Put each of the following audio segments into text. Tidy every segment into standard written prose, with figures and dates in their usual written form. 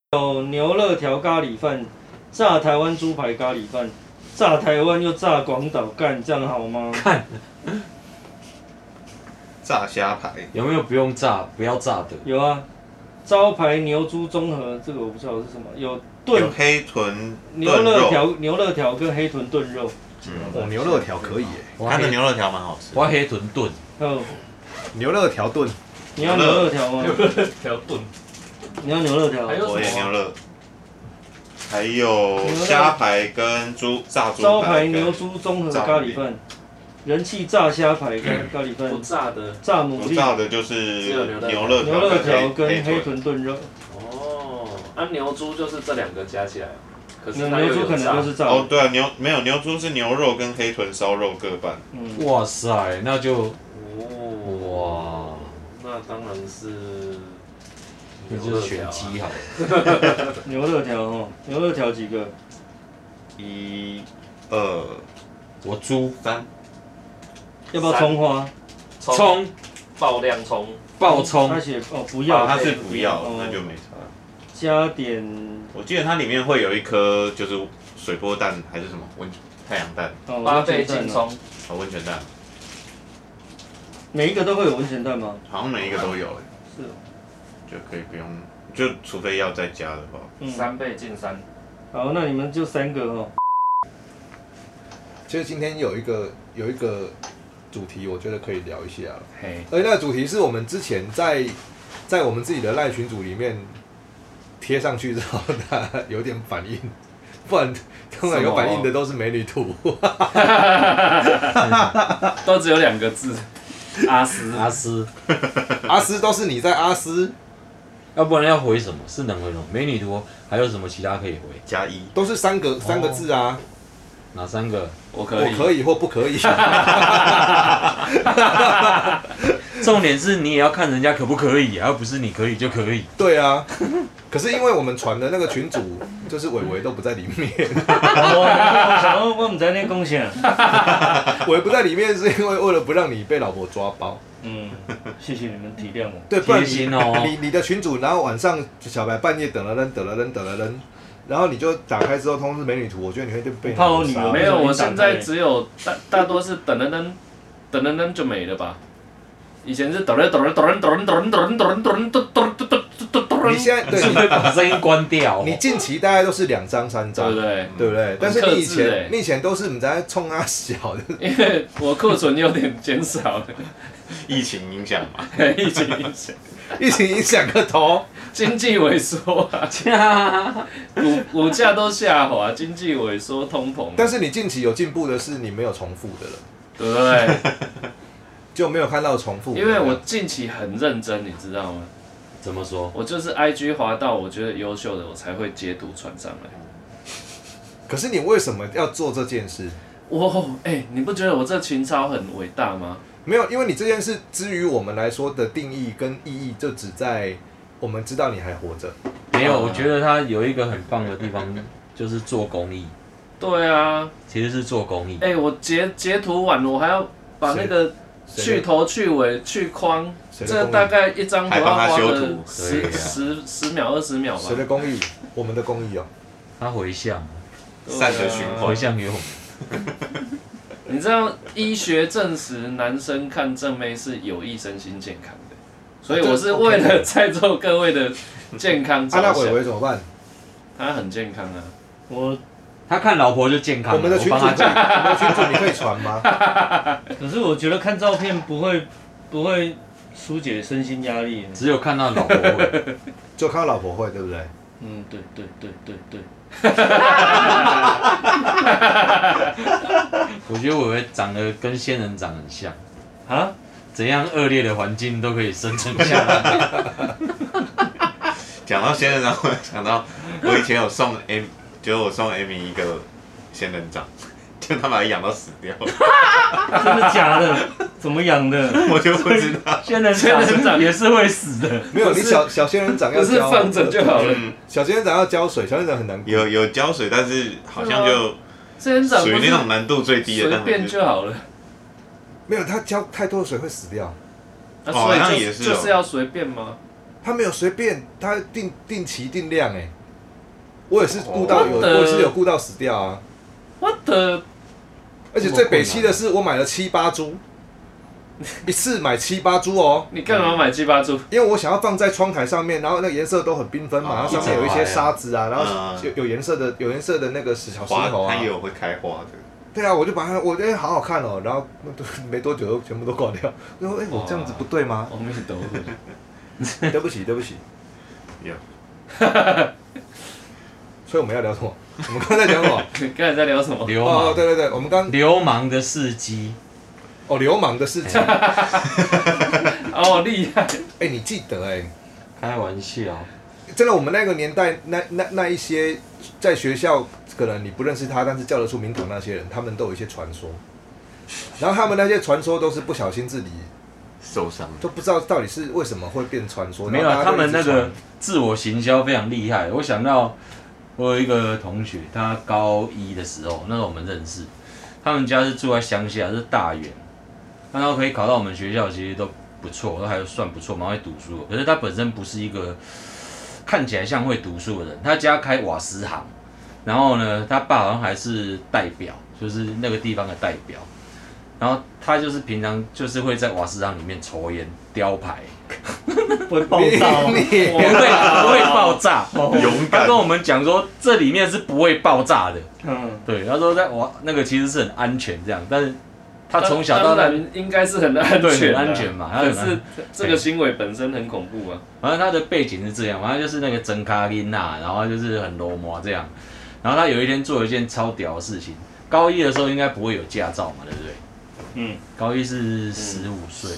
有牛肋条咖喱饭、炸台湾猪排咖喱饭、炸台湾又炸广岛，干这样好吗？ 看炸虾排有没有不用炸，不要炸的？ 有啊，招牌牛猪综合，这个我不知道是什么，有有黑豚牛肋条跟黑豚炖肉。 哦，牛肋条可以耶， 它的牛肋条蛮好吃。 我黑豚炖， 哦， 牛肋条炖， 你要牛肋条吗？ 条炖， 你要牛肋条？ 还有我也什么？ 牛肋，还有虾排跟炸猪排。 招牌牛猪综合咖喱饭，人气炸虾排跟咖喱不饭， 炸的。 炸牡蛎， 不炸的就是牛肋牛肋条跟跟黑豚炖肉。 哦，牛猪就是这两个加起来，可是牛猪可能都是炸。 哦，对啊，牛猪是牛肉跟黑豚烧肉各半。 嗯， 哇塞，那就哇，那当然是那就是选鸡好了。 牛肋条哦，牛肋条几个 1、2、 我猪 3， 要不要葱花？ 葱爆量葱， 爆葱他，写哦不要， 它是不要哦， 那就没差。 加点我记得它里面会有一颗就是水波蛋还是什么太阳蛋哦 8倍劲温泉蛋哦， 葱， 温泉蛋， 每一个都会有温泉蛋吗？ 好像每一个都有是哦。 就可以不用，就除非要再加的话。 3倍劲3。 好，那你们就3个哦。 其实今天有一个主题，我觉得可以聊一下。 嘿， 而那个主题是我们之前在我们自己的赖群组里面贴上去之后，大家有点反应，不然通常有反应的都是美女图。 都只有2个字，阿斯。 阿斯， 阿斯都是你在阿斯， 要不然要回什么？是能回什么？美女图还有什么其他可以回？ +1， 都是三个字啊。 哪3个？ 我可以， 我可以或不可以。 重点是你也要看人家可不可以，而不是你可以就可以。 对啊，可是因为我们传的那个群组，就是伟伟都不在里面。 我想说，我们在那贡献。 伟不在里面是因为了不让你被老婆抓包。 嗯，谢谢你们体谅我。 对，不然贴心哦你的群组，然后晚上小白半夜等了人，然后你就打开之后通知美女图，我觉得你会被怕我女儿没有，我现在只有大多是等了就没了吧。以前是你现在对是不是把声音关掉？ 你近期大概都是2张3张， 对不对？ 对不对？但是克制欸你以前都是你在冲啊小的， 因为我库存有点减少了， 疫情影响嘛。 疫情影响， 疫情影响个头。 经济萎缩啊，股价都下滑，经济萎缩，通膨。 但是你近期有进步的是你没有重复的了， 对不对？ 就没有看到重复的。 因为我近期很认真，你知道吗？ 怎么说？ 我就是 IG 滑到我觉得优秀的，我才会截图传上来。 可是你为什么要做这件事？ 你不觉得我这情操很伟大吗？ 没有，因为你这件事之于我们来说的定义跟意义，就只在我们知道你还活着。 没有，我觉得他有一个很棒的地方，就是做公益。 对啊， 其实是做公益。 我截图完，我还要把那个去头去尾去框，这大概一张图要花个10秒20秒吧。 谁的公益？我们的公益哦。 他回向， 善的循环回向给我们。 你知道医学证实男生看正妹是有益身心健康的，所以我是为了在座各位的健康着想。 那伟伟怎么办？ 他很健康啊。 他看老婆就健康了。 我们的群主你可以传吗？ 可是我觉得看照片不会疏解身心压力。 只有看到老婆会， 就看到老婆会，对不对？ 嗯，对。 我觉得伟伟长得跟仙人掌很像啊？ 怎样恶劣的环境都可以生存下来。 讲到仙人掌，我想到我以前有送 M， 就是我送 Amy 一个仙人掌，就他把它养到死掉了。 真的假的？怎么养的？ 我就不知道。 仙人掌也是会死的。 没有，你小仙人掌要不是放着就好了。 小仙人掌要浇水，小仙人掌很难。 有浇水，但是好像就属于那种难度最低的， 随便就好了。 没有，它浇太多的水会死掉。 所以就是要随便吗？ 他没有随便，他定期定量哎。 我也是顾到有，我也是有顾到死掉啊。 我的， 而且最北七的是我买了7、8株，一次买7、8株哦。 你干嘛买7、8株？ 因为我想要放在窗台上面，然后那个颜色都很缤纷嘛，然后上面有一些沙子啊，然后有颜色的那个小石头啊。 它也有会开花的。 对啊，我就把它，我觉得好好看哦，然后没多久都全部都挂掉。然后我这样子不对吗？ 我没懂。 对不起。 有。 所以我们要聊什么？我们刚才在讲什么？ 刚才在聊什么？ 流氓。 哦，对，我们刚流氓的事迹。 哦，流氓的事情。 哦，厉害！ 你记得开玩笑。 真的，我们那个年代，那一些在学校可能你不认识他，但是叫得出名堂那些人，他们都有一些传说。然后他们那些传说都是不小心自己受伤， 都不知道到底是为什么会变传说。 没有，他们那个自我行销非常厉害。我想到我有一个同学，他高一的时候，那时候我们认识，他们家是住在乡下，是大园，然后可以考到我们学校，其实都不错，都还算不错，蛮会读书。可是他本身不是一个看起来像会读书的人，他家开瓦斯行，然后呢，他爸好像还是代表，就是那个地方的代表。然后他就是平常就是会在瓦斯行里面抽烟、雕牌， 不会爆炸吗？ 不会爆炸。 勇敢。 他跟我们讲说，这里面是不会爆炸的。 嗯， 对，他说在那个其实是很安全这样，但是他从小到大应该是很安全， 很安全嘛。 可是这个行为本身很恐怖啊。 反正他的背景是这样，反正就是那个真卡琳娜，然后就是很罗摩这样。然后他有一天做了一件超屌的事情，高一的时候应该不会有驾照嘛，对不对？ 嗯， 高一是15岁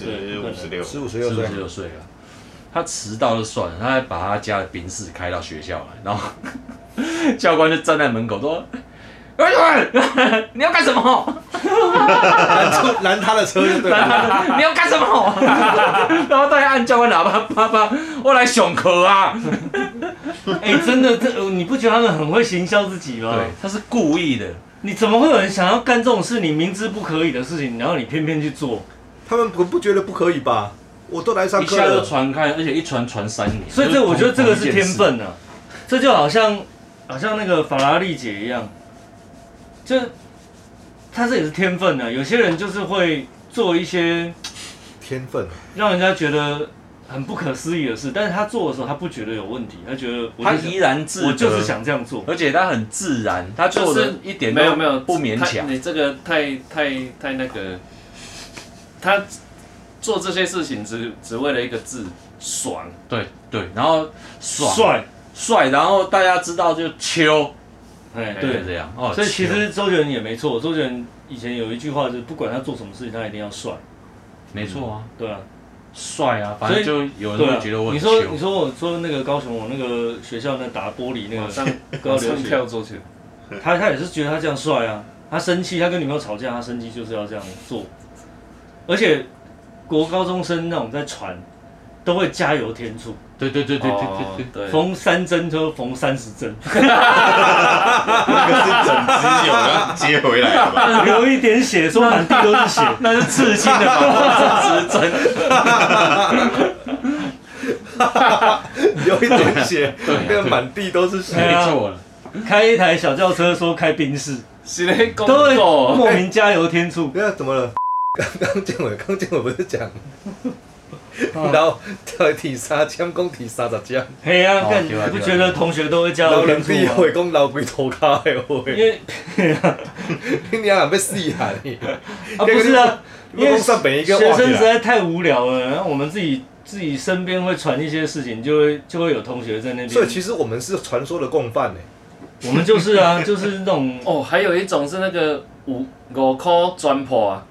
15、16 16岁了。他迟到就算了，他还把他家的宾士开到学校来，然后教官就站在门口说：“你要干什么？” 拦他的车就对了。 你要干什么？然后大家按教官喇叭，爸，我来上课啊！ 真的，你不觉得他们很会行销自己吗？ 对，他是故意的。 你怎么会有人想要干这种事？你明知不可以的事情，然后你偏偏去做？ 他们不觉得不可以吧？我都来上课了， 一下就传开，而且一传3年。 所以我觉得这个是天分啊，这就好像那个法拉利姐一样，就他这也是天分啊。有些人就是会做一些天分， 让人家觉得很不可思议的事，但是他做的时候他不觉得有问题，他觉得他依然自得， 我就是想这样做， 而且他很自然，他做的一点都没有不勉强。 你这个太那个，他做这些事情只为了一个字爽， 对，然后帅，然后大家知道就秋，对这样。 所以其实周杰伦也没错，周杰伦以前有一句话就是不管他做什么事情，他一定要帅。 没错啊， 对啊。 帅啊，反正就有人会觉得我很你说我说那个高雄我那个学校那打玻璃那个高流血跳做去， 他也是觉得他这样帅啊，他生气，他跟女朋友吵架，他生气就是要这样做，而且国高中生那种在传都会加油添醋， 对， 缝3针就缝30针， 那个是整只有要接回来的吧？ 流一点血，说满地都是血， 那是刺青的吧？30针， 流一点血，那个满地都是血， 没错了。 开一台小轿车说开宾士， 都会莫名加油添醋。 对啊，怎么了？刚建伟不是讲？然后提3枪，讲提30枪。 嘿啊，你不觉得同学都会加油添醋吗？ 会讲流规涂骹的话。 因为， 你娘人要死啊你！ 不是啊，因为学生实在太无聊了，然后我们自己身边会传一些事情，就会有同学在那边。 所以其实我们是传说的共犯呢。 我们就是啊，就是那种哦，还有一种是那个5块砖破啊。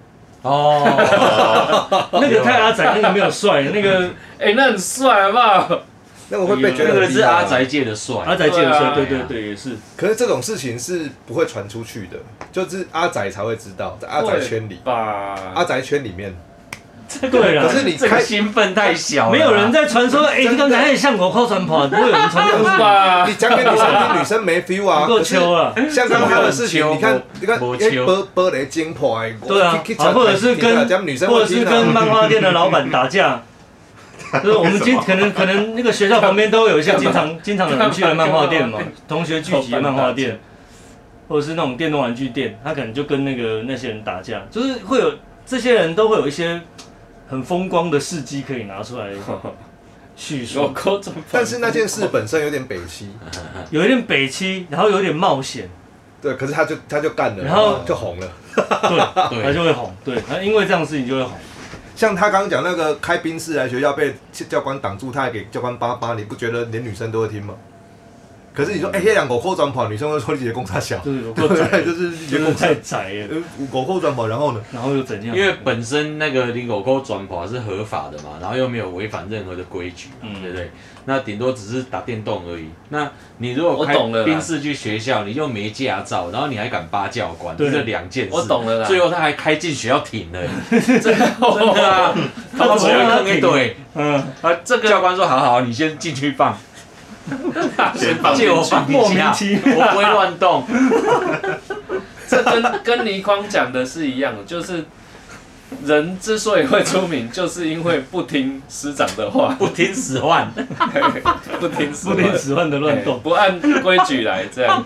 那个太阿仔，那个没有帅，那个那很帅好不好？ 那我会被觉得那个是阿宅界的帅， 阿宅界的帅，对，也是。 可是这种事情是不会传出去的，就是阿宅才会知道，在阿宅圈里，阿宅圈里面。 对啦， 可是你这个兴奋太小了， 没有人在传说，这个男人像我靠船跑，不会有人传出吧？ 你讲给女生听，女生没 feel 啊。 够秋了， 像刚刚的事情，你看，玻璃精破的， 对啊，或者是跟漫画店的老板打架， 就是我们可能那个学校旁边都有一些经常有人去的漫画店嘛，同学聚集的漫画店，或者是那种电动玩具店，他可能就跟那些人打架，就是会有这些人都会有一些很风光的事迹可以拿出来叙述。 但是那件事本身有点北七， 有一点北七，然后有点冒险。 对，可是他就干了， 然后就红了。 对，他就会红。对，他因为这样的事情就会红。 像他刚刚讲那个开宾士来学校被教官挡住，他还给教官88，你不觉得连女生都会听吗？可是你说，那两狗扣转跑，女生会说你的公差小， 对不对？就是太窄了。 狗扣转跑，然后呢？ 然后又怎样？ 因为本身那个你狗狗转跑是合法的嘛，然后又没有违反任何的规矩嘛，对不对？那顶多只是打电动而已。那你如果开宾士去学校，你又没驾照，然后你还敢扒教官，这两件事。 我懂了啦。 最后他还开进学校停了，真的啊，他只会弄一堆。这个教官说好，你先进去放。借我放莫名其妙， 我不会乱动。 这跟倪匡讲的是一样的，就是人之所以会出名，就是因为不听师长的话， 不听使唤， 不听使唤的乱动， 不按规矩来，这样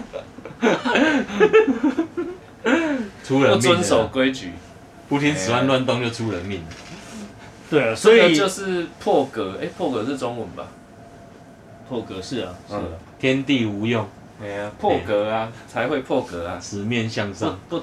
出人命， 不遵守规矩， 不听使唤乱动就出人命。 对啊，所以就是破格，破格是中文吧？ 破格是啊， 天地无用， 破格啊，才会破格啊， 直面向上， 不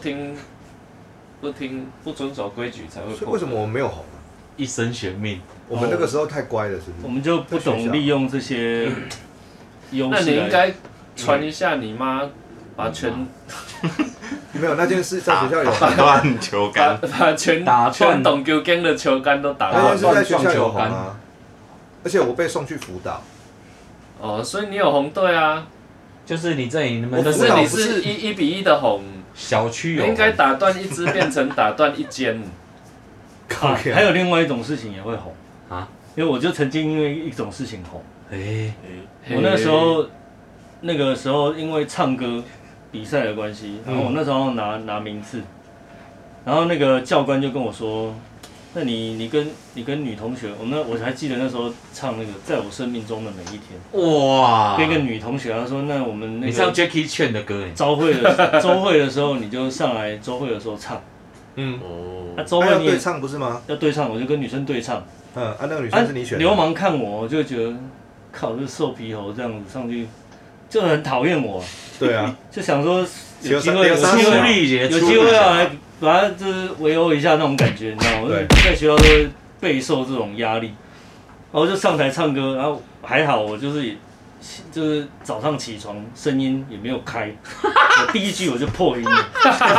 遵守规矩才会破格。 为什么我们没有红？ 一生悬命。 我们那个时候太乖了，是不是？ 我们就不懂利用这些优势。 那你应该传一下你妈，把没有那件事在学校有打断球杆， 把全懂球杆的球杆都打断。 那件事在学校有红啊，而且我被送去辅导。 所以你有红队啊， 就是你这里你们可是你是1比1的红， 小区有， 应该打断一支变成打断一间。 还有另外一种事情也会红啊，因为我就曾经因为一种事情红。我那时候因为唱歌比赛的关系，然后我那时候拿名次，然后那个教官就跟我说。那你跟女同学，我还记得那时候唱那个在我生命中的每一天，哇，跟一个女同学，她说那我们那个你唱 Jackie Chan 的歌， 周会的时候你就上来周会的时候唱，那周会要对唱不是吗？ 要对唱，我就跟女生对唱， 那个女生是你选的， 流氓看我就觉得靠这瘦皮猴这样子上去，就很讨厌我， 对啊， 就想说有机会要来。把他就是围殴一下那种感觉，你知道吗？在学校都会备受这种压力，然后就上台唱歌，然后还好我就是早上起床声音也没有开，我第一句我就破音了，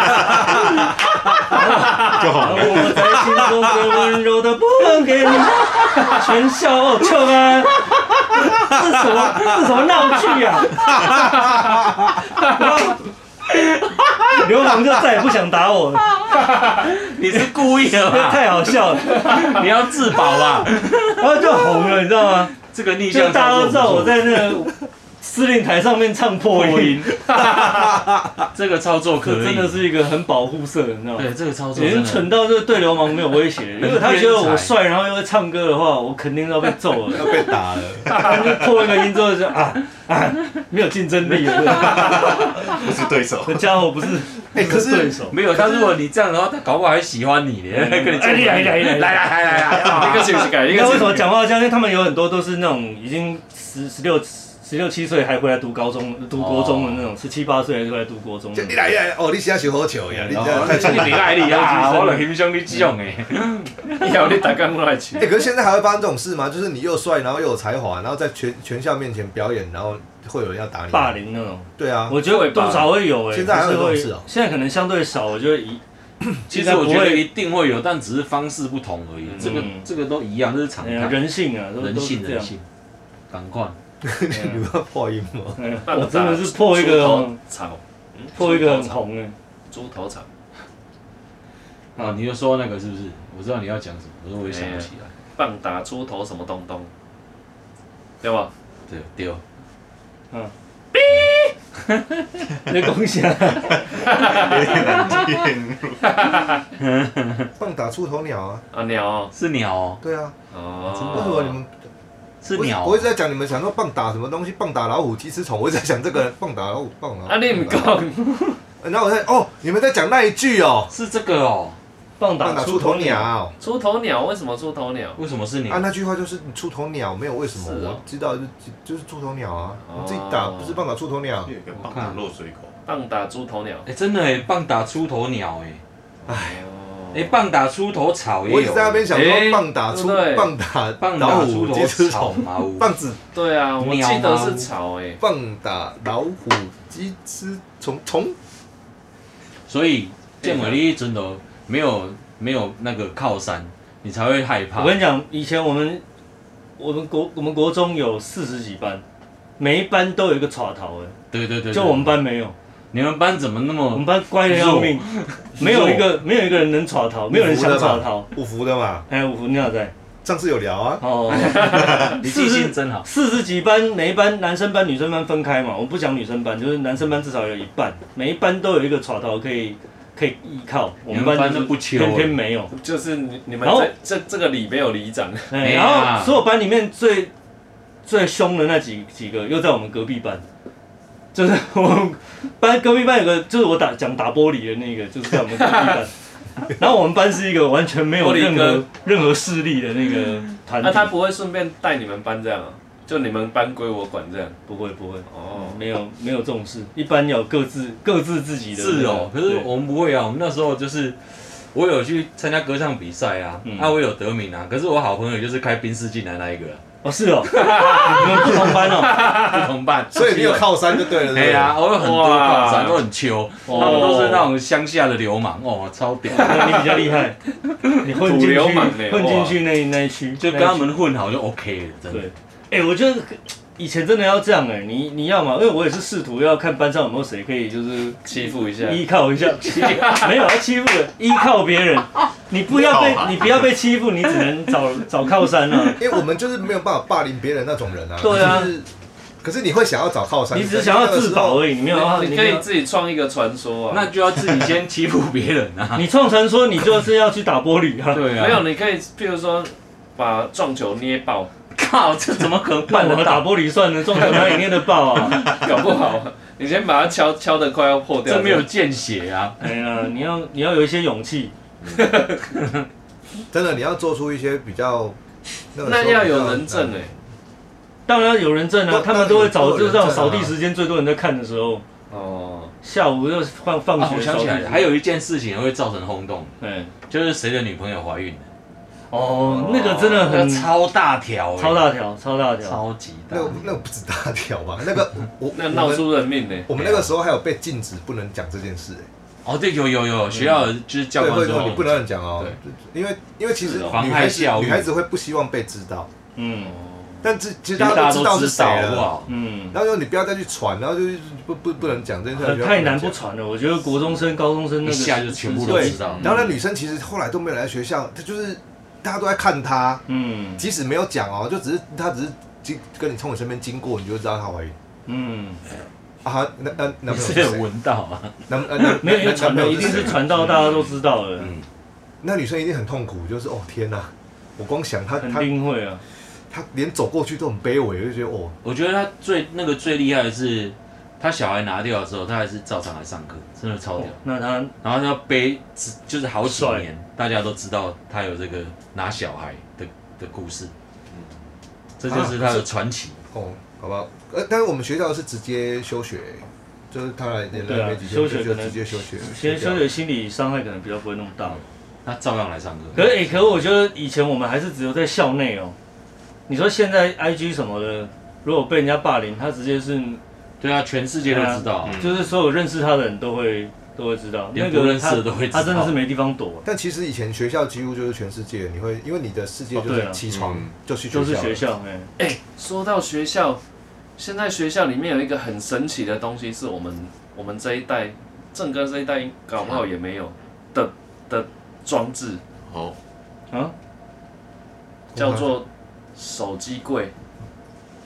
我在心中最温柔的播给你，全校臭啊！这什么闹剧啊！流氓就再也不想打我了。 你是故意的吧？ 太好笑了， 你要自保吧。 然后就红了，你知道吗？ 这个逆向， 大家都知道我在那个司令台上面唱破音， 这个操作可以， 真的是一个很保护色，你知道吗？ 对，这个操作已经蠢到就是对流氓没有威胁，如果他觉得我帅，然后又会唱歌的话，我肯定要被揍了， 要被打了。 他就破一个音之后就没有竞争力了， 不是对手。 这家伙不是， 可是对手没有他，如果你这样的话，他搞不好还喜欢你呢，跟你来， 一个是改， 你看为什么讲话这样？因为他们有很多都是那种已经16、17岁还回来读国中的那种，17、18岁还回来读国中的。 你来，你写小好笑呀！你你爱你啊！我就欣赏你这种诶。 以后你大家都来去。 可是现在还会发生这种事吗？就是你又帅，然后又有才华，然后在全校面前表演，然后会有人要打你？ 霸凌那种。对啊， 我觉得多少会有现在还有这种事哦。 现在可能相对少，我觉得其实我觉得一定会有，但只是方式不同而已。这个都一样，这是常态。 人性啊， 人性，赶快。 你要破音吗？ 我真的是破一个草， 破一个很红诶， 猪头草。 啊，你就说那个是不是？我知道你要讲什么，可是我也想不起来。 棒打出头什么东东，对吧？ 对。 你恭喜啊！ 棒打出头鸟啊！ 啊鸟哦， 是鸟哦。 对啊。 哦， 为什么你们是鸟？ 我一直在讲你们想说棒打什么东西，棒打老虎、鸡吃虫，我一直在想这个棒打老虎、棒打。 啊你唔讲， 然后我在你们在讲那一句哦， 是这个哦。 棒打出头鸟。 出头鸟为什么出头鸟？ 为什么是鸟？ 啊，那句话就是你出头鸟，没有为什么，我知道就是出头鸟啊，你自己打不是棒打出头鸟。 有一个棒打落水口。 棒打猪头鸟。 真的哎，棒打出头鸟哎。 哎， 棒打出头草也有。 我一直在那边想说棒打老虎、鸡吃虫、棒子。 对啊，我记得是草哎。 棒打老虎、鸡吃虫。 所以建伟你真的没有那个靠山，你才会害怕。 我跟你讲，以前我们国中有40几班，每一班都有一个耍头的。 对。 就我们班没有。 你们班怎么那么？ 我们班乖的要命，没有一个人能耍头，没有人想耍头。 五福的嘛。 五福你哪在？ 上次有聊啊。 哦。 你记性真好。 40几班，每一班男生班、女生班分开嘛。我不讲女生班，就是男生班至少有一半，每一班都有一个耍头可以依靠。我们班就不缺，偏偏没有。 就是你们这个里没有里长。 然后所有班里面最凶的那几个，又在我们隔壁班。就是我们班隔壁班有个，就是我讲打玻璃的那个，就是在我们隔壁班。然后我们班是一个完全没有任何势力的那个团体。 那他不会顺便带你们班这样啊？就你们班归我管这样？ 不会。哦，没有这种事，一般要各自自己的。 是哦，可是我们不会啊，我们那时候就是我有去参加歌唱比赛啊，我有得名啊，可是我好朋友就是开宾士进来那一个。 哦，是哦，你们不同班哦， 不同班， 所以你有靠山就对了。 对啊，我有很多靠山，都很秋，他们都是那种乡下的流氓，超屌。 你比较厉害，你混进去那一区， 就跟他们混好就 OK 了，真的。 对，我觉得以前真的要这样你要嘛，因为我也是试图要看班上有没有谁可以就是欺负一下， 依靠一下，没有要欺负的，依靠别人。你不要被欺负，你只能找靠山啊。 因为我们就是没有办法霸凌别人那种人啊。 对啊。 可是你会想要找靠山， 你只是想要自保而已，你没有。 你可以自己创一个传说啊。 那就要自己先欺负别人啊。 你创传说，你就是要去打玻璃啊。 对啊。 没有，你可以譬如说把撞球捏爆。 靠，这怎么可能办得到？ 打玻璃算了，撞球哪里捏得爆啊？ 搞不好你先把它敲得快要破掉。 这没有见血啊！ 哎呀，你要有一些勇气。 真的，你要做出一些比较那要有人证哎。 当然有人证啊，他们都会找就是这种扫地时间最多人在看的时候。哦。下午又放学。 我想起来了，还有一件事情会造成轰动，就是谁的女朋友怀孕了。 哦，那个真的很超大条， 超级大。 那个不止大条吧？那个那闹出人命呢。 我们那个时候还有被禁止不能讲这件事哦，对，有学校就是教官说你不能讲哦，因为其实女孩子会不希望被知道。但其实大家都知道是谁了。然后你不要再去传，然后就是不能讲这件事。 太难不传了，我觉得国中生、高中生那个一下就全部都知道。 然后那女生其实后来都没有来学校，她就是大家都在看她。即使没有讲哦，就她只是跟你从你身边经过，你就知道她怀孕。那是有闻到啊？ 没有，因为传的一定是传到大家都知道了。 那女生一定很痛苦，就是哦天哪，我光想她肯定会啊。 他连走过去都很卑微，就觉得哦。 我觉得他最厉害的是，他小孩拿掉之后，他还是照常来上课，真的超屌。 那他， 然后他背就是好几年，大家都知道他有这个拿小孩的故事。这就是他的传奇。 哦，好吧。但是我们学校是直接休学，就是他来没几天休学就直接休学。 先休学心理伤害可能比较不会那么大。 他照样来上课。 可是我觉得以前我们还是只有在校内哦。你说现在 IG 什么的，如果被人家霸凌，他直接是， 对啊，全世界都知道， 就是所有认识他的人都会知道， 连不认识的都会知道， 他真的是没地方躲。 但其实以前学校几乎就是全世界，你会因为你的世界就是起床就去学校， 就是学校。 说到学校，现在学校里面有一个很神奇的东西，是我们这一代，正哥这一代搞不好也没有的装置。叫做手机柜。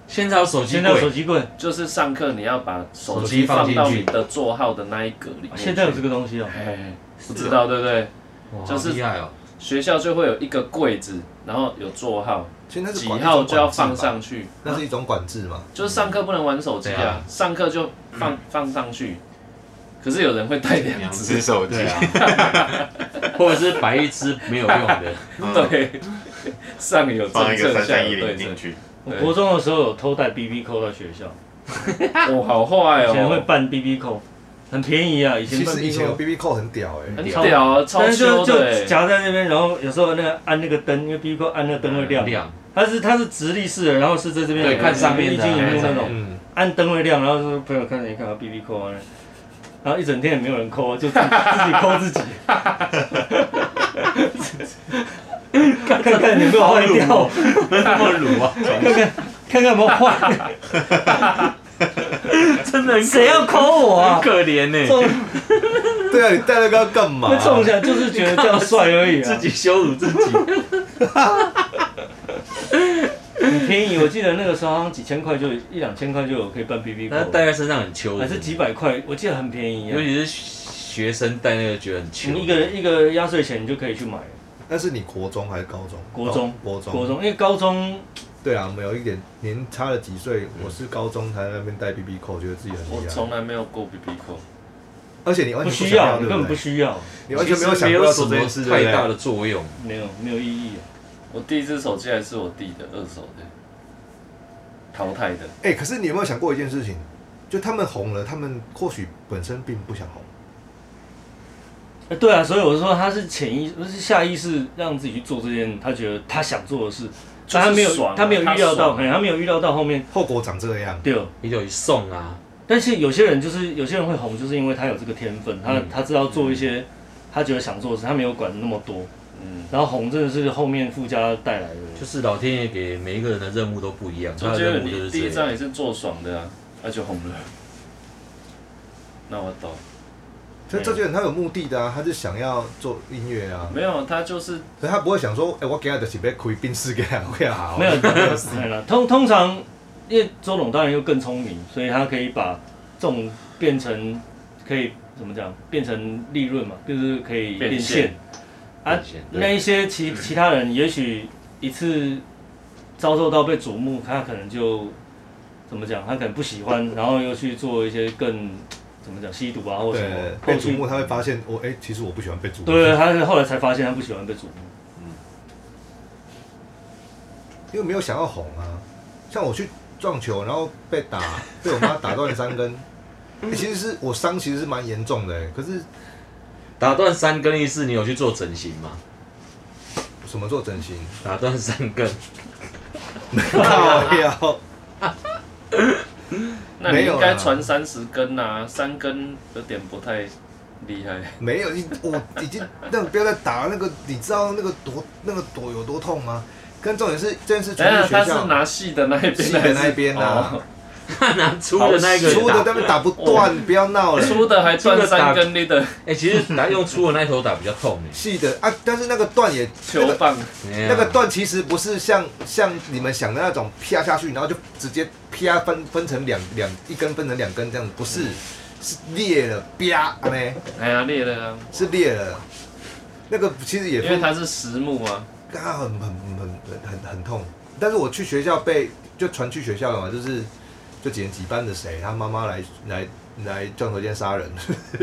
现在有手机柜， 现在有手机柜， 就是上课你要把手机放到你的座号的那一格里面。 现在有这个东西哦， 不知道对不对？ 就是厉害哦。 学校就会有一个柜子，然后有座号，几号就要放上去。 那是一种管制嘛？ 就是上课不能玩手机啊，上课就放上去。可是有人会带2只手机， 或者是摆一只没有用的。 对，上有政策，下有对策。 我国中的时候有偷带 BB 扣到学校， 哦，好坏哦！ 以前会办 BB 扣，很便宜啊。以前以前有 BB 扣很屌很屌啊，超羞的。就夹在那边，然后有时候那个按那个灯，因为 BB 扣按那个灯会亮。它是直立式的，然后是在这边对看上面液晶荧幕那种，按灯会亮，然后朋友看到 BB 扣啊，然后一整天也没有人扣，就自己扣自己。看看有没有坏掉， 那么卤啊！ 看有没有坏。 真的， 谁要抠我啊？ 很可怜呢。 对啊，你带那个要干嘛？ 冲起来就是觉得这样帅而已啊！ 自己羞辱自己。 很便宜，我记得那个时候好像几千块就1-2千块就有可以办 BB 扣。 那戴在身上很秋。 还是几百块，我记得很便宜。 尤其是学生戴那个觉得很秋。 你一个压岁钱你就可以去买。 那是你国中还是高中？ 国中，因为高中。 对啊，我们有一点年差了几岁，我是高中才在那边带 BB 扣，觉得自己很厉害。 我从来没有过 BB 扣， 而且你完全不需要，你根本不需要， 你完全没有想过要做这件事， 太大的作用， 没有意义。 我第一只手机还是我弟的2手的，淘汰的。 可是你有没有想过一件事情？就他们红了，他们或许本身并不想红。 对啊，所以我说他是是下意识让自己去做这件他觉得他想做的事。他没有预料到，他没有预料到后面后果长这样。 对， 你就送啊。 但是有些人会红，就是因为他有这个天分，他知道做一些他觉得想做的事，他没有管那么多。然后红真的是后面附加带来的。 就是老天爷给每一个人的任务都不一样。 周杰伦你第一张也是做爽的啊，那就红了。那我懂。 所以周杰伦他有目的的啊，他是想要做音乐啊。 没有，他就是， 所以他不会想说，我今日就是要开宾士给他，我要好。 没有，通常，因为周董当然又更聪明，所以他可以把这种变成可以怎么讲，变成利润嘛，就是可以变现。啊，那一些其他人也许一次遭受到被瞩目，他可能就怎么讲，他可能不喜欢，然后又去做一些更。怎么讲吸毒啊，或什么被瞩目，他会发现其实我不喜欢被瞩目。 对，他后来才发现他不喜欢被瞩目。 因为没有想要红啊。像我去撞球，然后被我妈打断3根，其实是我伤，其实是蛮严重的。可是打断3根意思，你有去做整形吗？ 什么做整形？ 打断3根。 靠腰。 那你应该传30根啊，3根有点不太厉害。 没有，我已经不要再打那个，你知道那个朵有多痛吗？跟重点是这件事传去学校， 他是拿细的那一边， 细的那一边啊， 他拿粗的那个， 粗的那边打不断，不要闹了。 粗的还断3根力的， 其实用粗的那头打比较痛细的啊，但是那个段也球棒， 那个段其实不是像你们想的那种啪下去，然后就直接啪分成一根分成2根这样子，不是，是裂了啪呢。 哎呀，裂了啊， 是裂了。那个其实也因为它是实木啊， 它很痛。但是我去学校就传去学校了嘛，就几年几班的谁，他妈妈来撞球间杀人，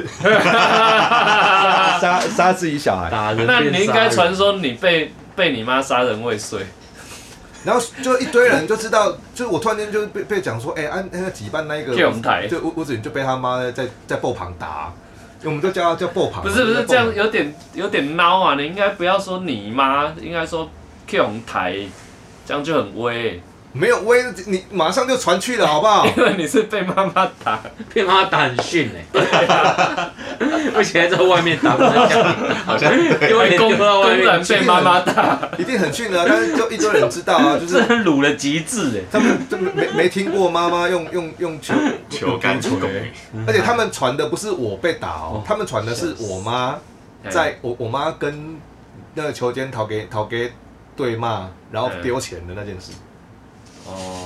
杀自己小孩。 那你应该传说你被你妈杀人未遂。 然后就一堆人就知道，就是我突然间就被讲说，那个几班那一个，就吴子云就被他妈在步旁打，我们都叫他叫步旁。 不是这样有点孬啊！你应该不要说你妈，应该说 Q 台，这样就很威。 没有威，你马上就传去了，好不好？ 因为你是被妈妈打， 被妈妈打很逊而且在外面打， 好像因为公然被妈妈打， 一定很逊的，但是就一堆人知道啊，就是辱了极致他们没听过妈妈用球杆捶， 而且他们传的不是我被打哦，他们传的是我妈在我妈跟那个球监讨给对骂，然后丢钱的那件事。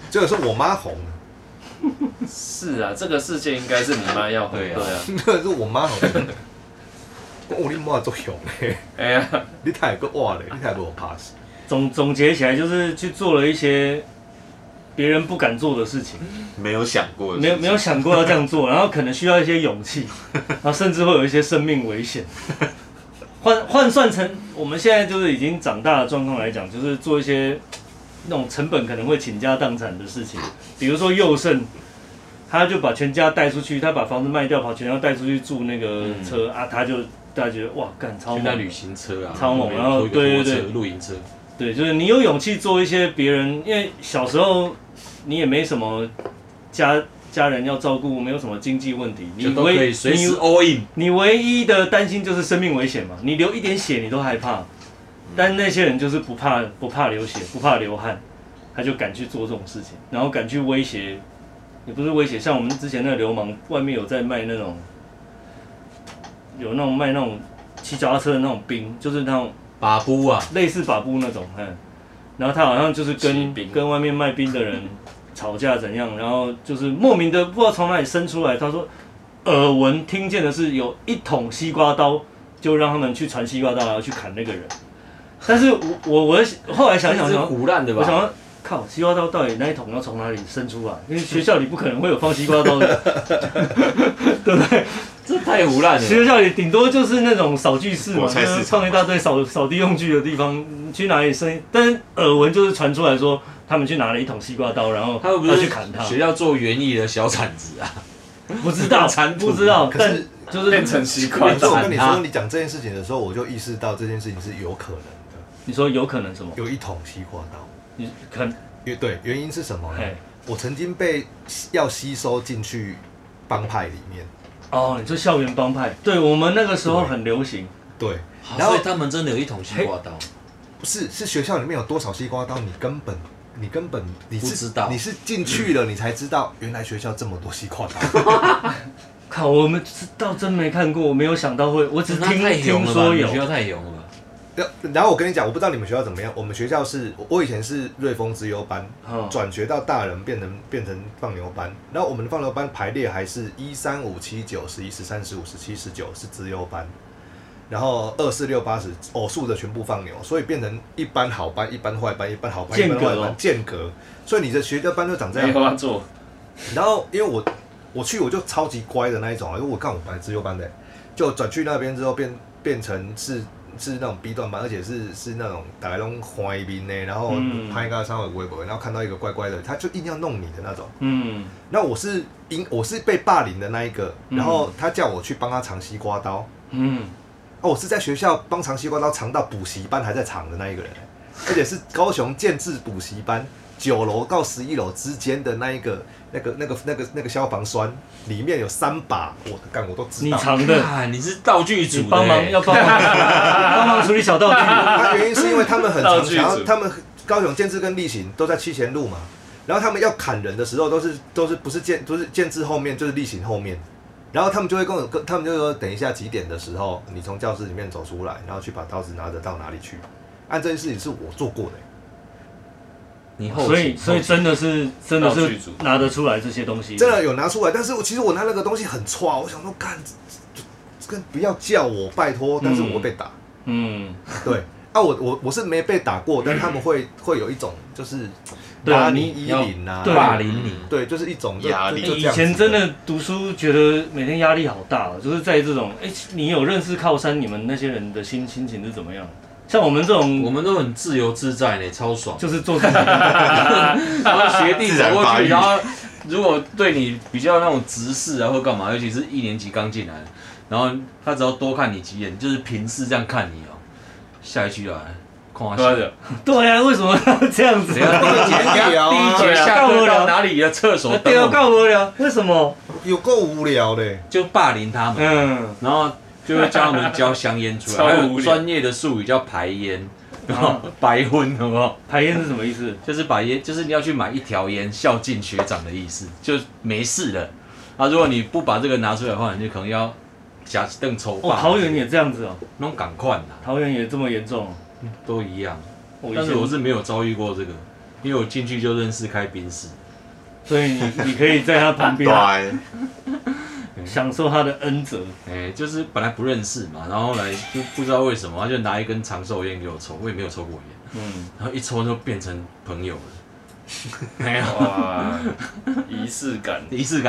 这个是我妈红的。 是啊，这个事件应该是你妈要红，对啊， 这个是我妈红的。我你妈做红的， 哎呀， 你太个哇嘞，你太给我 pass。 总结起来就是去做了一些别人不敢做的事情， 没有想过， 没有想过要这样做，然后可能需要一些勇气，然后甚至会有一些生命危险。换算成我们现在就是已经长大的状况来讲，就是做一些那种成本可能会倾家荡产的事情，比如说佑胜，他就把全家带出去，他把房子卖掉，跑全家带出去住那个车啊，大家觉得哇，干超猛， 那旅行车啊， 超猛，然后对， 露营车， 对，就是你有勇气做一些别人，因为小时候你也没什么家人要照顾，没有什么经济问题， 你都可以随时 all in。 你唯一的担心就是生命危险嘛，你流一点血你都害怕，但那些人就是不怕流血，不怕流汗，他就敢去做这种事情，然后敢去威胁，也不是威胁，像我们之前那个流氓，外面有在卖那种，有那种卖那种骑脚踏车的那种兵，就是那种把布啊， 类似把布那种，然后他好像就是跟外面卖冰的人吵架怎样，然后就是莫名的不知道从哪里生出来，他说耳闻听见的是有一桶西瓜刀，就让他们去传西瓜刀，然后去砍那个人。但是我后来想想， 是胡乱的吧？ 我想靠，西瓜刀到底那一桶要从哪里生出来？因为学校里不可能会有放西瓜刀的，对不对？ 这太胡乱了。 学校里顶多就是那种扫具室嘛，就是放一大堆扫地用具的地方，去哪里生？但是耳闻就是传出来说，他们去拿了一桶西瓜刀，然后要去砍他。 学校做园艺的小铲子啊？ 不知道，不知道， 可是就是变成西瓜刀。 我跟你说，你讲这件事情的时候，我就意识到这件事情是有可能的。 你说有可能什么？ 有一桶西瓜刀。 你对，原因是什么呢？我曾经被要吸收进去帮派里面。 哦，你说校园帮派？对，我们那个时候很流行。 对， 然后所以他们真的有一桶西瓜刀。 不是学校里面有多少西瓜刀，你根本你不知道， 你是进去了，你才知道原来学校这么多西瓜刀。 靠，我们倒真没看过，我没有想到会，我只听说有。 学校太勇了吧？ 然后我跟你讲，我不知道你们学校怎么样。我们学校是，我以前是瑞丰资优班，转学到大人变成放牛班。然后我们的放牛班排列还是1、3、5、7、9、11、13、15、17、19是资优班，然后2、4、6、8、10偶数的全部放牛，所以变成一班好班、一班坏班、一班好班、一班坏班，间隔。所以你的学校班就长这样。 没话做。 然后因为我去我就超级乖的那一种，因为我看我本来资优班的，就转去那边之后变成是那种 B 段班，而且是那种大家拢欢面的，然后拍个稍微微博，然后看到一个乖乖的，他就硬要弄你的那种。那我是被霸凌的那一个，然后他叫我去帮他藏西瓜刀。我是在学校帮藏西瓜刀藏到补习班还在藏的那一个人，而且是高雄建制补习班9楼到11楼之间的那个消防栓里面有3把，我都知道。 你藏的， 你是道具组的， 帮忙处理小道具。 原因是因为他们很常想要，他们高雄建制跟力行都在七贤路嘛，然后他们要砍人的时候都是不是建制后面就是力行后面，然后他们就会他们就说等一下几点的时候你从教室里面走出来，然后去把刀子拿着到哪里去。按这件事情是我做过的。 所以真的是拿得出来这些东西， 真的有拿出来，但是其实我拿那个东西很挫，我想说干，不要叫我拜托，但是我会被打。对啊，我是没被打过，但是他们会有一种就是拉你衣领啊， 霸凌你， 对，就是一种压力。 以前真的读书觉得每天压力好大，就是在这种你有认识靠山，你们那些人的心情是怎么样？像我们这种， 我们都很自由自在呢，超爽。 就是做自己， 然后学弟走过去，然后如果对你比较那种直视啊或干嘛，尤其是1年级刚进来，然后他只要多看你几眼，就是平视这样看你下一句就来，看下。 对啊，为什么要这样子？ 第一节下课到哪里的厕所？ 对啊，够无聊。为什么？ 有够无聊的， 就霸凌他们。然后。就会教他们教香烟出来，还有专业的术语叫排烟，白婚，好不好？ 排烟是什么意思？ 就是把烟，就是你要去买1条烟，孝敬学长的意思，就没事了。如果你不把这个拿出来的话，你就可能要夹凳抽霸。 桃园也这样子哦， 那种赶快啦。 桃园也这么严重？ 都一样。但是我是没有遭遇过这个。 因为我进去就认识开宾士， 所以你可以在他旁边享受他的恩泽。 就是本来不认识嘛，然后后来就不知道为什么，他就拿一根长寿烟给我抽，我也没有抽过烟，然后一抽就变成朋友了。 哇，仪式感，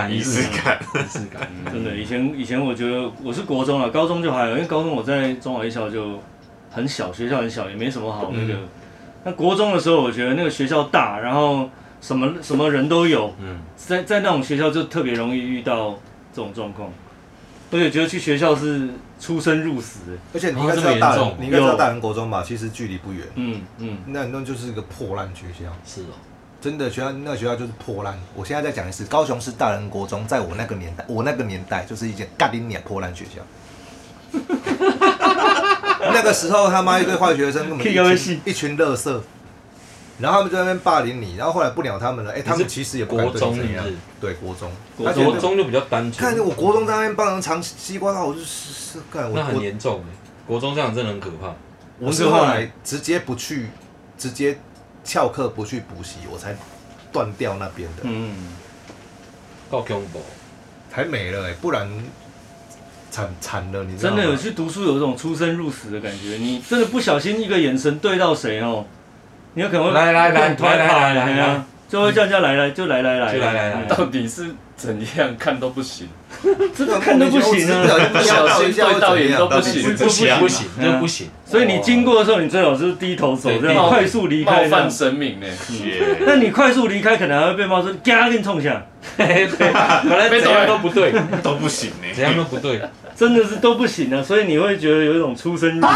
真的，以前我觉得我是国中了，高中就还有，因为高中我在中华艺校就很小，学校很小，也没什么好那个。那国中的时候，我觉得那个学校大，然后什么人都有，在那种学校就特别容易遇到这种状况，而且觉得去学校是出生入死。 而且你应该知道大人国中吧，其实距离不远。那就是一个破烂学校。 是哦。 真的那个学校就是破烂。我现在再讲一次，高雄市大人国中，在我那个年代就是一间干你娘破烂学校。那个时候他妈一堆坏学生，根本一群垃圾，然后他们就在那边霸凌你，然后后来不鸟他们了，他们其实也不敢对你怎样。对，国中就比较单纯。 看我国中在那边帮人藏西瓜套，我就是干那很严重国中这样真的很可怕。 我是后来直接翘课不去补习，我才断掉那边的。 够恐怖， 才没了不然惨了，你知道吗？ 真的有去读书有一种出生入死的感觉，你真的不小心一个眼神对到谁你有可能会来，就会叫人家来， 到底是怎样看都不行， 真的看都不行啊！ 不小心对到眼都不行， 不行。 所以你经过的时候，你最好是低头走，这样快速离开， 冒犯生命呢。 那你快速离开，可能还会被骂说“嘎”给你冲下。 对，本来怎样都不对， 都不行怎样都不对， 真的是都不行啊！所以你会觉得有一种出生入死。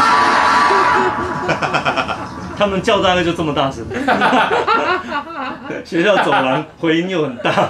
他们叫大概就这么大声，学校走廊回音又很大。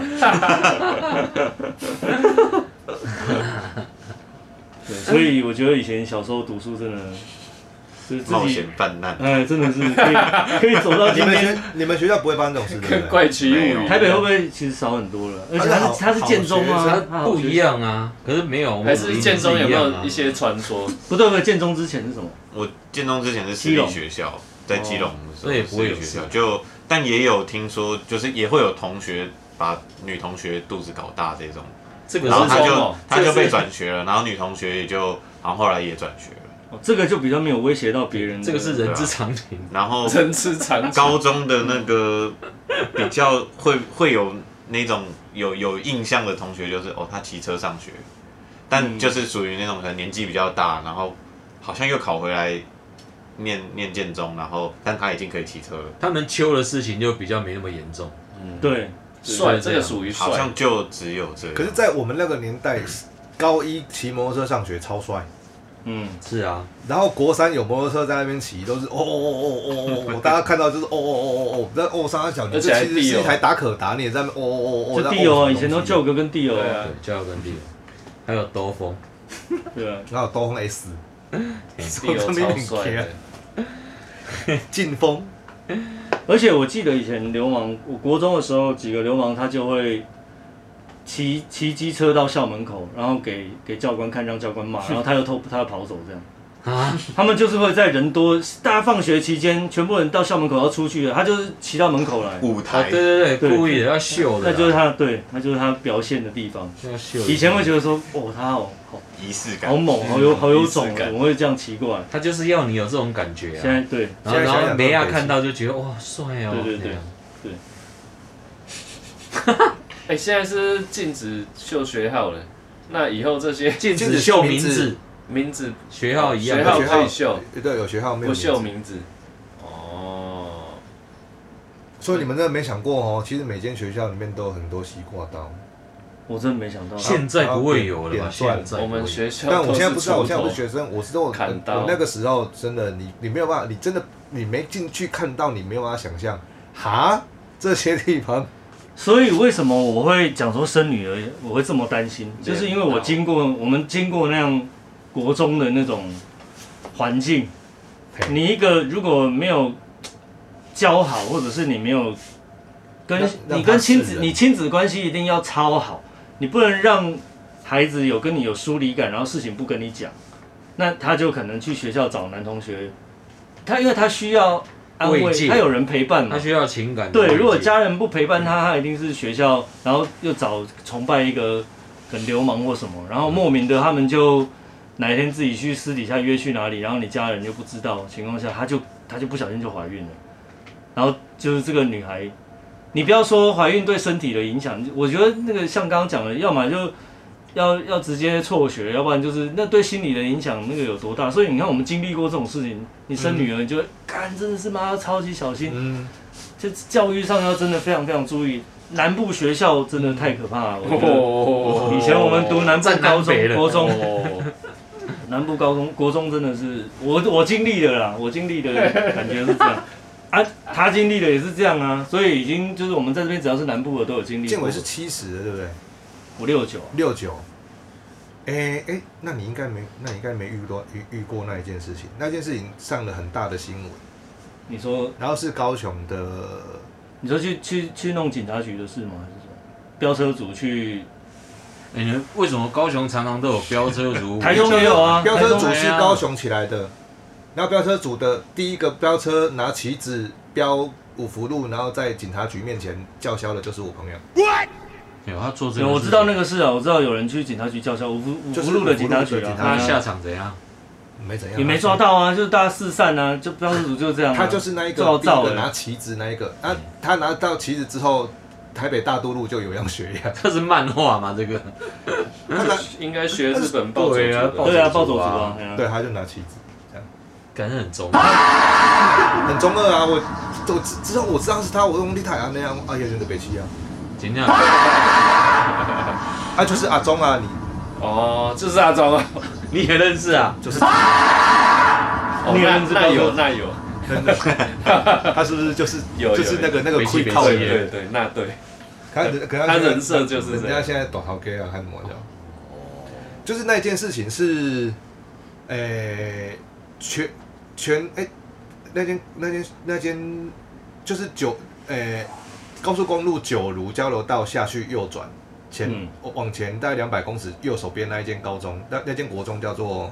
对，所以我觉得以前小时候读书真的是冒险泛滥， 真的是可以走到今天。 你们学校不会发生这种事， 跟怪奇物语。 台北会不会其实少很多了？而且它是建中啊， 不一样啊。可是没有， 还是建中有没有一些传说？ 不对，建中之前是什么？ 我建中之前是私立学校。在基隆的时候， 也不会有学校，但也有听说，就是也会有同学把女同学肚子搞大这种，然后他就被转学了，然后女同学也就，然后后来也转学了。 这个就比较没有威胁到别人， 这个是人之常情。 然后人之常情。 高中的那个比较会有那种有印象的同学，就是他骑车上学，但就是属于那种可能年纪比较大，然后好像又考回来。念建中，然后但他已经可以骑车了。 他们秋的事情就比较没那么严重。 对， 帅这个属于帅， 好像就只有这个。 可是，在我们那个年代，高一骑摩托车上学超帅。 是啊。 然后国三有摩托车在那边骑，都是大家看到就是那三小，你这其实是一台达可达，你也在那边就地友啊，以前都舅哥跟地友啊， 对，舅哥跟地友，还有兜风， 对啊， 然后兜风 S。 地友超帅的。 劲风， 而且我记得以前流氓，我国中的时候，几个流氓他就会骑机车到校门口，然后给教官看，让教官骂，然后他又跑走这样。他们就是会在人多，大家放学期间，全部人到校门口要出去了，他就是骑到门口来。 舞台， 对，故意的要秀的。 那就是他表现的地方。以前会觉得说，他好仪式感， 好猛，好有种，怎么会这样骑过来？ 他就是要你有这种感觉啊。 现在对， 然后梅亚看到就觉得哇帅哦。 对。现在是禁止秀学号了，那以后这些禁止秀名字学号一样， 学号可以秀， 对，有学号没有不秀名字。 所以你们真的没想过其实每间学校里面都有很多西瓜刀。 我真的没想到， 现在不会有了吧？现在我们学校， 但我现在不知道，我现在不是学生，我知道我那个时候真的，你没有办法，你真的你没进去看到，你没有办法想象，这些地方。 所以为什么我会讲说生女儿，我会这么担心，就是因为我们经过那样国中的那种环境，你一个如果没有教好，或者是你没有跟亲子关系一定要超好，你不能让孩子跟你有疏离感，然后事情不跟你讲，那他就可能去学校找男同学，因为他需要安慰，他有人陪伴嘛， 他需要情感。 对，如果家人不陪伴他，他一定是学校，然后又崇拜一个很流氓或什么，然后莫名的他们就哪一天自己去私底下约去哪里，然后你家人又不知道的情况下，他就不小心就怀孕了，然后就是这个女孩，你不要说怀孕对身体的影响，我觉得那个像刚刚讲的，要么就要直接辍学，要不然就是那对心理的影响那个有多大。所以你看我们经历过这种事情，你生女儿你就会干，真的是妈超级小心，就教育上要真的非常非常注意。南部学校真的太可怕了，我觉得以前我们读南部高中、国中，南部高中、国中真的是我经历的啦，我经历的感觉是这样。啊，他经历的也是这样啊，所以已经就是我们在这边只要是南部的都有经历过。 建伟是70的，对不对？ 我69。 69。那你应该没遇过那一件事情。那件事情上了很大的新闻。 你说？ 然后是高雄的。 你说去弄警察局的事吗？还是什么？飙车族去？ 为什么高雄常常都有飙车族？ 台中也有啊。 飙车族是高雄起来的。然后飙车组的第一个飙车拿旗子飙五福路，然后在警察局面前叫嚣的就是我朋友。 有他做这个， 我知道那个事啊，我知道有人去警察局叫嚣，五福路的警察局啊， 他下场怎样？ 没怎样， 也没抓到啊，就是大家四散啊，就飙车组就是这样。 他就是那一个第一个拿旗子那一个，他拿到旗子之后，台北大都路就有样学样。 这是漫画吗？这个？ 应该学日本暴走族。 对啊，暴走族啊， 对，他就拿旗子。 感觉很中二，很中二啊！我之后我知道是他，我用立台啊那样，哎呀，真的北七啊， 怎样？ 啊，就是阿忠啊，你哦，就是阿忠啊， 你也认识啊？ 就是， 你也认识？那有， 真的，他是不是就是就是那个会靠的？ 对，那对， 他人设就是人家现在大头哥啊，还模叫，就是那件事情是，那间就是高速公路九如交流道下去右转往前大概200公尺右手边那一间高中，那间国中叫做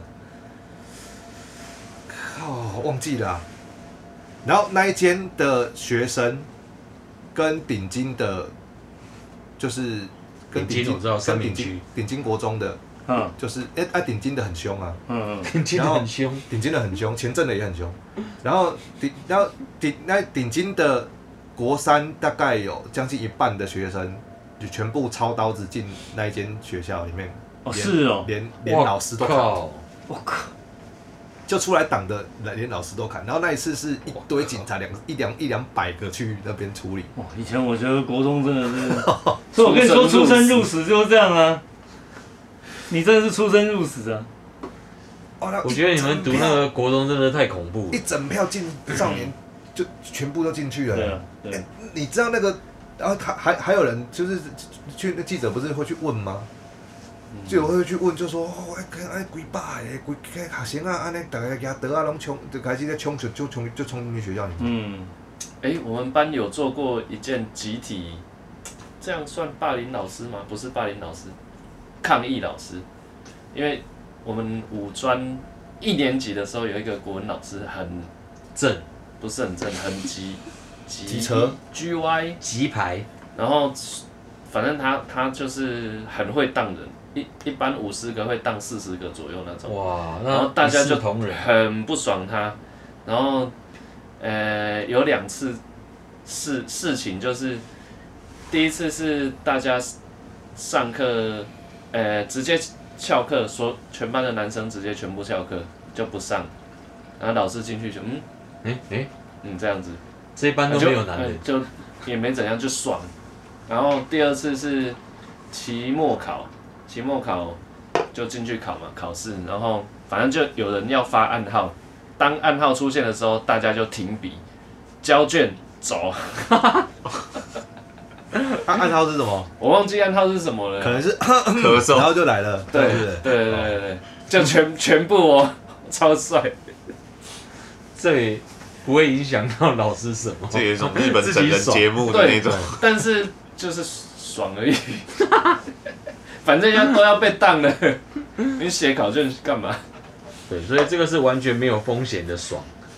忘记了然后那一间的学生跟顶金的，就是跟顶金国中的。就是顶金的很凶啊， 顶金的很凶， 顶金的很凶，前阵的也很凶，然后顶金的国3大概有将近一半的学生就全部操刀子进那一间学校里面， 是哦， 连老师都砍，我靠，就出来挡的连老师都砍，然后那一次是一堆警察100-200个去那边处理。 哇，以前我觉得国中真的是，所以我跟你说出生入死就是这样啊。你真的是出生入死啊！ 我觉得你们读那个国中真的太恐怖了， 一整票少年就全部都进去了。 对， 你知道那个，然后还有人就是去那记者不是会去问吗？就会去问，就说几百个学生啊，安尼大家拿刀啊，拢冲，就开始在冲进去学校里面。 我们班有做过一件集体，这样算霸凌老师吗？不是霸凌老师。抗议老师，因为我们五专1年级的时候有一个国文老师很正， 不是很正，很急车 GY 急排， 然后反正他就是很会当人，一般50个会当40个左右那种。 哇， 然后大家就很不爽他，然后有2次事情，就是第一次是大家上课。直接翘课，说全班的男生直接全部翘课就不上，然后老师进去就这样子， 这一班都没有男的， 就也没怎样就爽。然后第2次是期末考就进去考嘛，考试，然后反正就有人要发暗号，当暗号出现的时候，大家就停笔，交卷走。 暗号是什么？ 我忘记暗号是什么了。 可能是咳嗽， 然后就来了。 对，就全部哦，超帅。 这也不会影响到老师什么。 这有一种日本整人节目的那种。 但是就是爽而已。反正都要被当了，你写考卷干嘛？ 对，所以这个是完全没有风险的爽。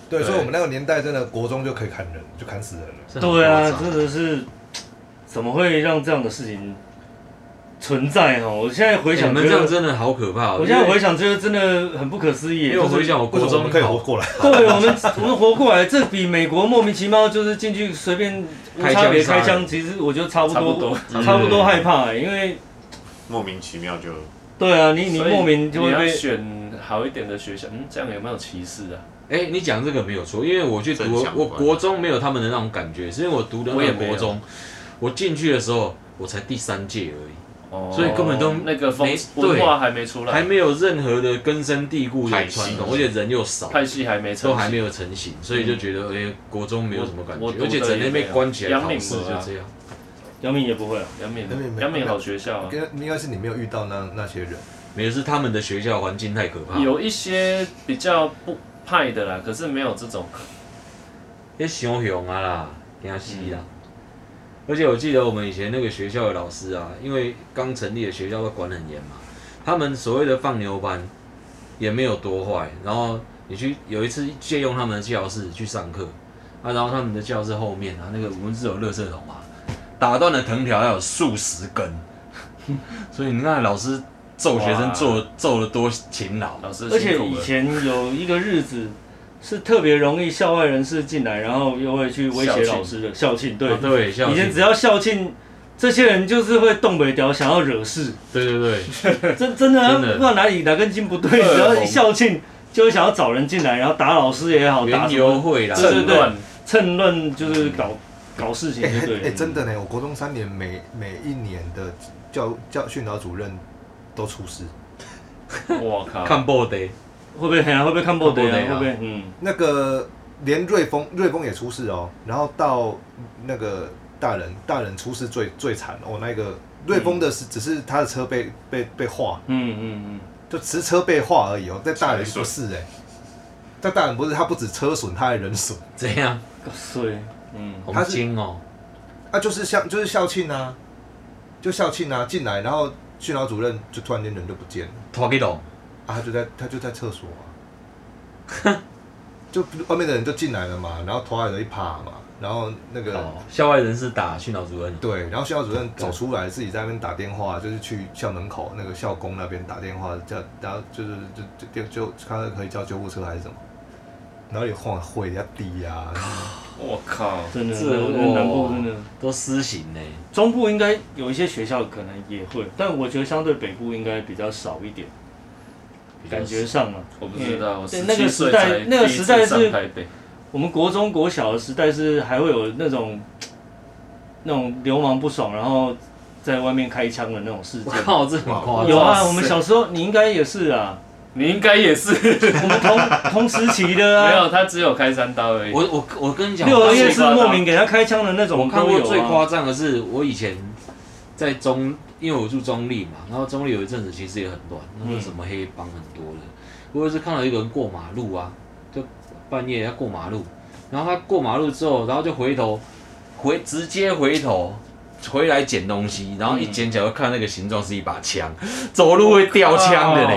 对，所以我们那个年代真的国中就可以砍人，就砍死人了。 对啊，真的是怎么会让这样的事情存在哦？我现在回想， 你们这样真的好可怕。 我现在回想，觉得真的很不可思议。 因为我回想，我国中可以活过来。 对，我们活过来，这比美国莫名其妙就是进去随便无差别开枪，其实我觉得差不多害怕，因为莫名其妙就。 对啊，你莫名就会被选好一点的学校，这样有没有歧视啊？ 你讲这个没有错，因为我去读我国中没有他们的那种感觉，是因为我读的那个国中，我进去的时候我才第3届而已，所以根本都那个文化还没出来， 还没有任何的根深蒂固的传统，而且人又少， 派系都还没有成型，所以就觉得国中没有什么感觉，而且整天被关起来考试就这样。 阳明也不会啊， 阳明好学校啊， 应该是你没有遇到那些人， 没有，是他们的学校环境太可怕， 有一些比较不派的啦，可是没有这种， 那熊熊啊啦，惊死啦！而且我记得我们以前那个学校的老师啊，因为刚成立的学校都管很严嘛，他们所谓的放牛班也没有多坏。然后有一次借用他们的教室去上课，然后他们的教室后面那个我们是有垃圾桶嘛，打断的藤条要有数十根，所以你看老师揍学生揍得多勤劳， 而且以前有一个日子是特别容易校外人士进来，然后又会去威胁老师的校庆。对，以前只要校庆，这些人就是会动北条，想要惹事。 对， 真的不知道哪根筋不对，只要一校庆就会想要找人进来，然后打老师也好，打什么会啦， 趁乱就是搞事情，对。 真的呢，我国中3年每一年的训导主任都出事。 我靠！ 看报的会不会看报的啊？会不会？ 那个连瑞丰也出事哦，然后到那个大人出事最惨哦。那个瑞丰的只是他的车被划，就只是车被划而已哦。在大人不是在大人不是，他不止车损，他还人损。 怎样？ 对， 他是就是校庆啊，进来，然后训导主任就突然间人就不见了， 拖去哪？ 他就在厕所啊，就外面的人就进来了嘛，然后拖来了一趴嘛，然后那个校外人士打训导主任， 对，然后训导主任走出来，自己在那边打电话，就是去校门口那个校工那边打电话叫，然后就看可以叫救护车还是什么，然后也晃会人家低啊， 我靠， 真的，南部真的都施行呢， 中部应该有一些学校可能也会，但我觉得相对北部应该比较少一点。感觉上啊， 我不知道， 那个时代是，我们国中国小的时代是还会有那种流氓不爽，然后在外面开枪的那种事件。 我靠，这很夸张。 有啊，我们小时候你应该也是啊， 你应该也是， 我们同时期的啊。 没有，他只有开3刀而已。 我跟你讲， 六合夜市莫名给他开枪的那种， 我看过最夸张的是，我以前在因为我住中立嘛，然后中立有一阵子其实也很乱，那个什么黑帮很多的。我有一次看到一个人过马路啊，就半夜要过马路，然后他过马路之后，然后就直接回头回来捡东西，然后一捡起来看那个形状是一把枪，走路会掉枪的嘞。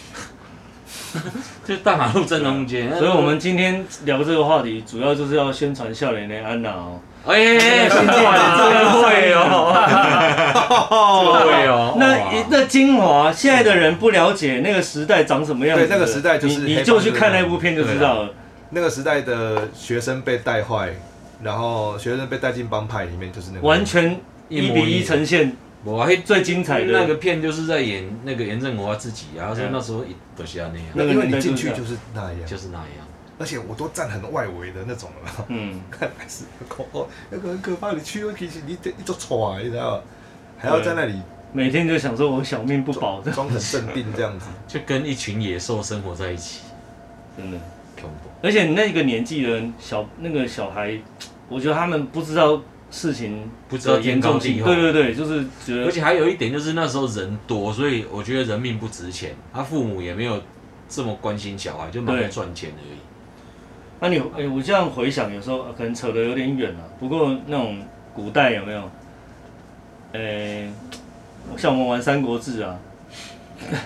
就大马路正中间。 所以我们今天聊这个话题，主要就是要宣传少年的安娜哦。 现在这个会哦，这个会哦。 那精华，现在的人不了解那个时代长什么样子。 对，那个时代就是你就去看那部片就知道了。 那个时代的学生被带坏，然后学生被带进帮派里面，就是那个完全1比1呈现。最精彩的那个片就是在演那个严正华自己啊，说那时候就是那样。 因为你进去就是那样， 就是那样。 而且我都站很外围的那种了，看还是那个很可怕。你去了其实你一直喘，你知道吗？还要在那里每天就想说我小命不保的， 装很镇定这样子， 就跟一群野兽生活在一起， 真的恐怖。 而且那个年纪的小孩，我觉得他们不知道事情不知道严重性， 对，就是觉得。 而且还有一点就是那时候人多，所以我觉得人命不值钱，他父母也没有这么关心小孩，就忙着赚钱而已。 那我这样回想，有时候可能扯得有点远了。不过那种古代有没有？像我们玩《三国志》啊，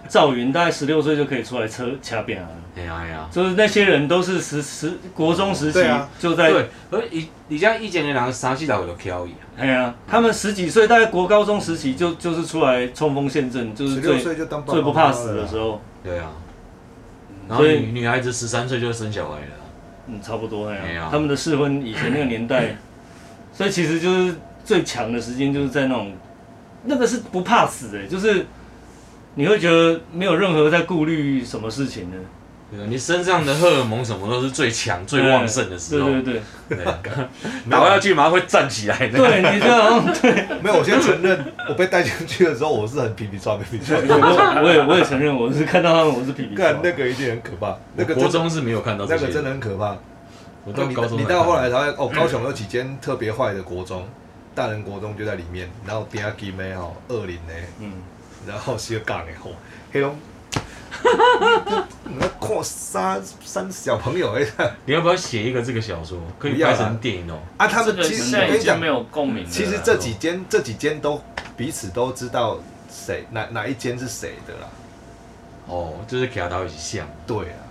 赵云大概16岁就可以出来掐扁了。哎呀，就是那些人都是国中时期就在。 对，而且以前的人3、4岁就挑伊。 哎呀，他们10几岁，大概国高中时期就是出来冲锋陷阵，就是最不怕死的时候。 对啊。然后女孩子13岁就生小孩了。 差不多那样。他们的适婚以前那个年代，所以其实就是最强的时间就是在那个是不怕死的，就是你会觉得没有任何在顾虑什么事情的。 你身上的荷尔蒙什么都是最强、最旺盛的时候。 对。 打下去马上会站起来的。 对，你这样对。 没有，我先承认，我被带进去的时候，我是很皮皮抓。 我也承认，我是看到他们，我是皮皮抓。 那个一定很可怕。那个国中是没有看到这些。 那个真的很可怕。 我到高中。 你到后来才会高雄有几间特别坏的国中，大人国中就在里面，然后边金的20的，然后小港的黑龙。你要看三小朋友你要不要写一个这个小说？可以拍成电影哦。 他们其实我跟你讲没有共鸣。 其实这几间都彼此都知道哪一间是谁的啦。 就是卡到一起像。 对啊。